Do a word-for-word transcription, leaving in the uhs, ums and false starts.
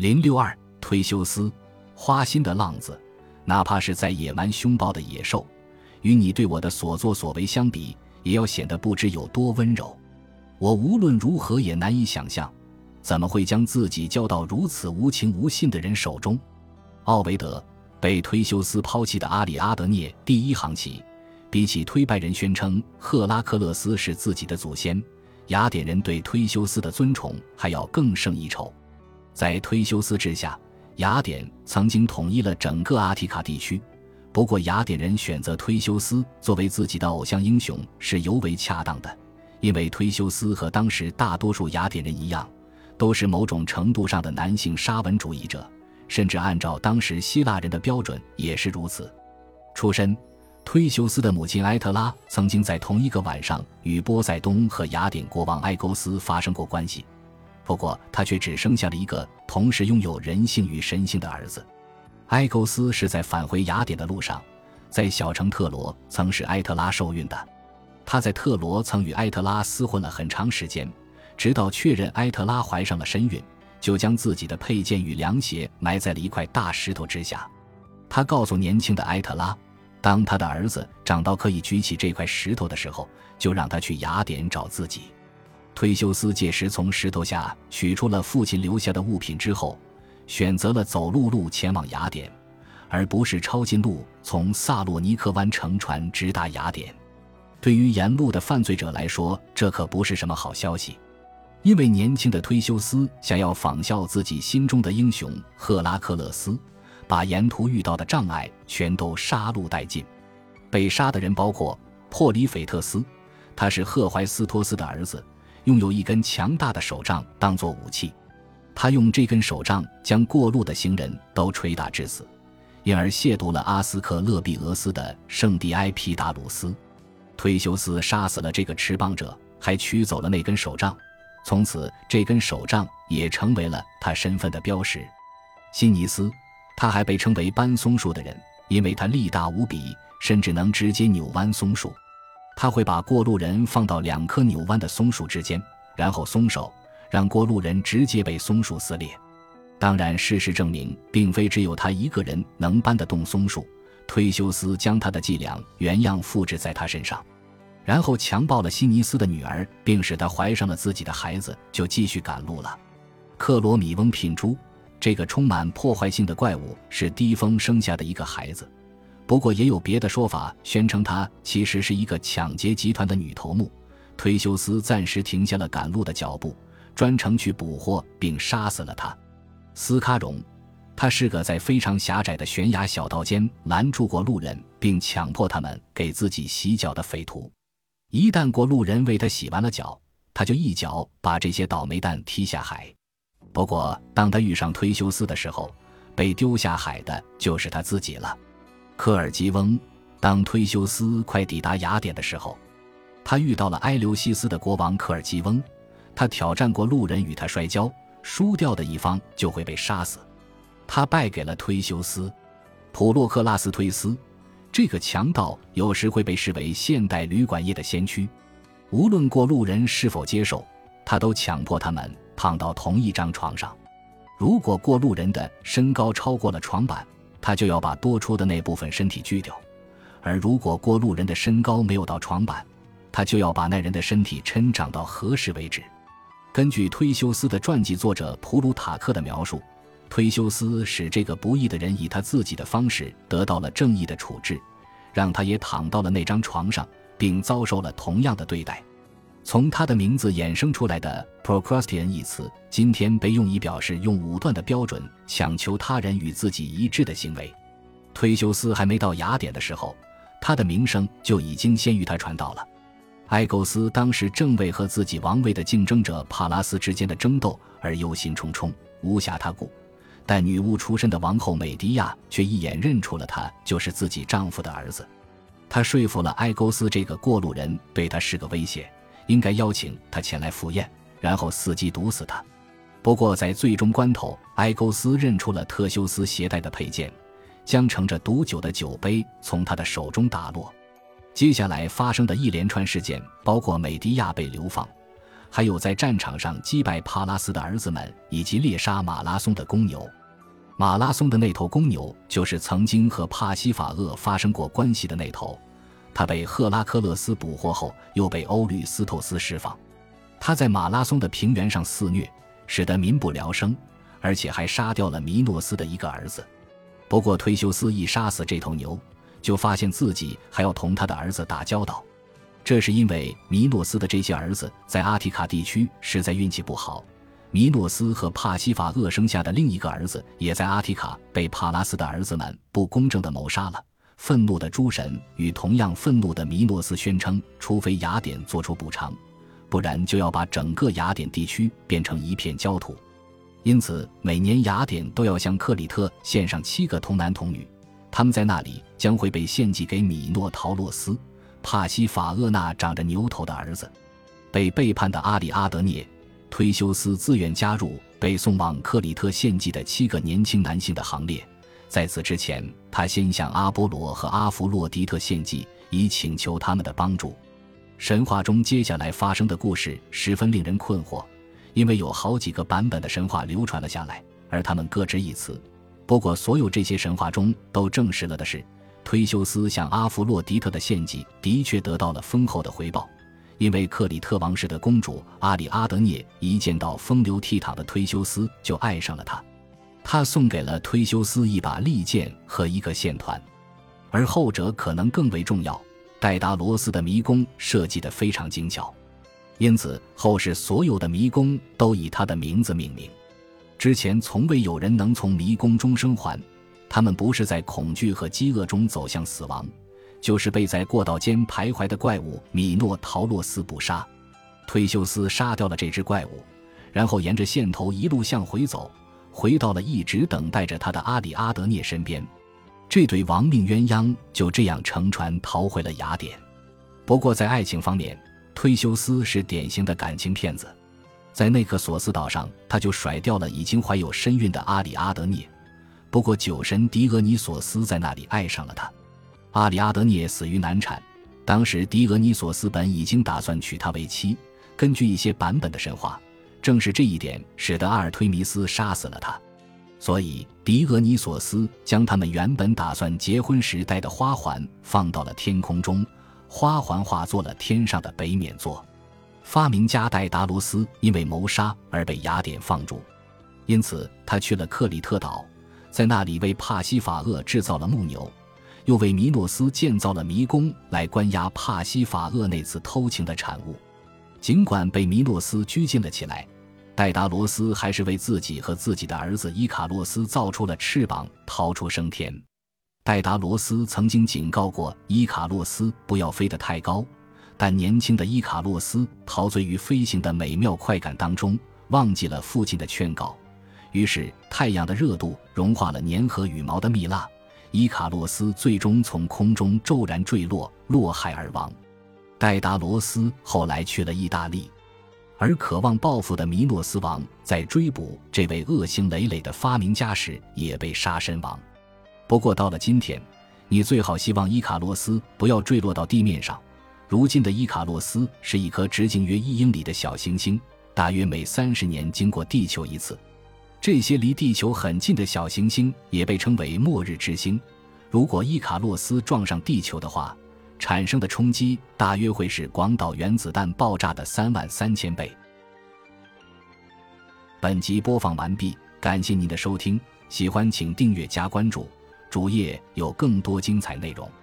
零六二忒修斯，花心的浪子，哪怕是再野蛮凶暴的野兽，与你对我的所作所为相比，也要显得不知有多温柔。我无论如何也难以想象，怎么会将自己交到如此无情无信的人手中。奥维德，被忒修斯抛弃的阿里阿德涅第一行棋，比起推拜人宣称赫拉克勒斯是自己的祖先，雅典人对忒修斯的尊崇还要更胜一筹。在忒修斯之下，雅典曾经统一了整个阿提卡地区，不过雅典人选择忒修斯作为自己的偶像英雄是尤为恰当的，因为忒修斯和当时大多数雅典人一样，都是某种程度上的男性沙文主义者，甚至按照当时希腊人的标准也是如此。出身，忒修斯的母亲埃特拉曾经在同一个晚上与波塞冬和雅典国王埃勾斯发生过关系，不过他却只生下了一个同时拥有人性与神性的儿子。埃勾斯是在返回雅典的路上，在小城特罗曾使埃特拉受孕的。他在特罗曾与埃特拉厮混了很长时间，直到确认埃特拉怀上了身孕，就将自己的佩剑与凉鞋埋在了一块大石头之下。他告诉年轻的埃特拉，当他的儿子长到可以举起这块石头的时候，就让他去雅典找自己。忒修斯届时从石头下取出了父亲留下的物品之后，选择了走陆路前往雅典，而不是抄近路从萨洛尼克湾乘船直达雅典。对于沿路的犯罪者来说，这可不是什么好消息，因为年轻的忒修斯想要仿效自己心中的英雄赫拉克勒斯，把沿途遇到的障碍全都杀戮殆尽。被杀的人包括珀里斐特斯，他是赫淮斯托斯的儿子，拥有一根强大的手杖当作武器，他用这根手杖将过路的行人都捶打致死，因而亵渎了阿斯克勒庇俄斯的圣地埃皮达鲁斯。忒修斯杀死了这个持棒者，还取走了那根手杖，从此这根手杖也成为了他身份的标识。辛尼斯，他还被称为搬松树的人，因为他力大无比，甚至能直接扭弯松树。他会把过路人放到两棵扭弯的松树之间，然后松手，让过路人直接被松树撕裂。当然，事实证明并非只有他一个人能搬得动松树，忒修斯将他的伎俩原样复制在他身上，然后强暴了西尼斯的女儿，并使她怀上了自己的孩子，就继续赶路了。克罗米翁品珠，这个充满破坏性的怪物是低风生下的一个孩子，不过也有别的说法宣称她其实是一个抢劫集团的女头目。忒修斯暂时停下了赶路的脚步，专程去捕获并杀死了她。斯卡戎，他是个在非常狭窄的悬崖小道间拦住过路人并强迫他们给自己洗脚的匪徒，一旦过路人为他洗完了脚，他就一脚把这些倒霉蛋踢下海。不过当他遇上忒修斯的时候，被丢下海的就是他自己了。科尔吉翁，当忒修斯快抵达雅典的时候，他遇到了埃留西斯的国王科尔吉翁，他挑战过路人与他摔跤，输掉的一方就会被杀死。他败给了忒修斯。普洛克拉斯忒斯，这个强盗有时会被视为现代旅馆业的先驱，无论过路人是否接受，他都强迫他们躺到同一张床上。如果过路人的身高超过了床板，他就要把多出的那部分身体锯掉，而如果过路人的身高没有到床板，他就要把那人的身体抻长到合适为止。根据忒修斯的传记作者普鲁塔克的描述，忒修斯使这个不义的人以他自己的方式得到了正义的处置，让他也躺到了那张床上，并遭受了同样的对待。从他的名字衍生出来的 procrustean 一词，今天被用以表示用武断的标准强求他人与自己一致的行为。忒修斯还没到雅典的时候，他的名声就已经先于他传到了。埃勾斯当时正为和自己王位的竞争者帕拉斯之间的争斗而忧心忡忡，无暇他顾，但女巫出身的王后美狄亚却一眼认出了他就是自己丈夫的儿子。她说服了埃勾斯这个过路人对他是个威胁，应该邀请他前来赴宴，然后伺机毒死他。不过在最终关头，埃勾斯认出了特修斯携带的佩剑，将盛着毒酒的酒杯从他的手中打落。接下来发生的一连串事件包括美狄亚被流放， 还有在战场上击败帕拉斯的儿子们，以及猎杀马拉松的公牛。马拉松的那头公牛就是曾经和帕西法厄发生过关系的那头，他被赫拉克勒斯捕获后又被欧律斯透斯释放。他在马拉松的平原上肆虐，使得民不聊生，而且还杀掉了弥诺斯的一个儿子。不过忒修斯一杀死这头牛，就发现自己还要同他的儿子打交道。这是因为弥诺斯的这些儿子在阿提卡地区实在运气不好，弥诺斯和帕西法厄生下的另一个儿子也在阿提卡被帕拉斯的儿子们不公正地谋杀了。愤怒的诸神与同样愤怒的弥诺斯宣称，除非雅典做出补偿，不然就要把整个雅典地区变成一片焦土。因此每年雅典都要向克里特献上七个童男童女，他们在那里将会被献祭给米诺陶洛斯，帕西法厄那长着牛头的儿子。被背叛的阿里阿德涅、忒修斯自愿加入被送往克里特献祭的七个年轻男性的行列。在此之前，他先向阿波罗和阿弗洛狄特献祭，以请求他们的帮助。神话中接下来发生的故事十分令人困惑，因为有好几个版本的神话流传了下来，而他们各执一词。不过所有这些神话中都证实了的是，忒修斯向阿弗洛狄特的献祭的确得到了丰厚的回报，因为克里特王室的公主阿里阿德涅一见到风流倜傥的忒修斯就爱上了他，他送给了忒修斯一把利剑和一个线团，而后者可能更为重要，戴达罗斯的迷宫设计得非常精巧，因此后世所有的迷宫都以他的名字命名。之前从未有人能从迷宫中生还，他们不是在恐惧和饥饿中走向死亡，就是被在过道间徘徊的怪物米诺陶洛斯捕杀。忒修斯杀掉了这只怪物，然后沿着线头一路向回走，回到了一直等待着他的阿里阿德涅身边。这对亡命鸳鸯就这样乘船逃回了雅典。不过在爱情方面，忒修斯是典型的感情骗子。在内克索斯岛上，他就甩掉了已经怀有身孕的阿里阿德涅，不过酒神狄俄尼索斯在那里爱上了他。阿里阿德涅死于难产，当时狄俄尼索斯本已经打算娶她为妻，根据一些版本的神话，正是这一点使得阿尔忒弥斯杀死了他。所以狄俄尼索斯将他们原本打算结婚时戴的花环放到了天空中，花环化作了天上的北冕座。发明家戴达罗斯因为谋杀而被雅典放逐，因此他去了克里特岛，在那里为帕西法厄制造了木牛，又为弥诺斯建造了迷宫来关押帕西法厄那次偷情的产物。尽管被弥诺斯拘禁了起来，戴达罗斯还是为自己和自己的儿子伊卡洛斯造出了翅膀，逃出升天。戴达罗斯曾经警告过伊卡洛斯不要飞得太高，但年轻的伊卡洛斯陶醉于飞行的美妙快感当中，忘记了父亲的劝告。于是太阳的热度融化了粘合羽毛的蜜蜡，伊卡洛斯最终从空中骤然坠落，落海而亡。戴达罗斯后来去了意大利，而渴望报复的弥诺斯王在追捕这位恶行累累的发明家时也被杀身亡。不过到了今天，你最好希望伊卡洛斯不要坠落到地面上。如今的伊卡洛斯是一颗直径约一英里的小行星，大约每三十年经过地球一次。这些离地球很近的小行星也被称为末日之星。如果伊卡洛斯撞上地球的话，产生的冲击大约会是广岛原子弹爆炸的三万三千倍。本集播放完毕，感谢您的收听，喜欢请订阅加关注，主页有更多精彩内容。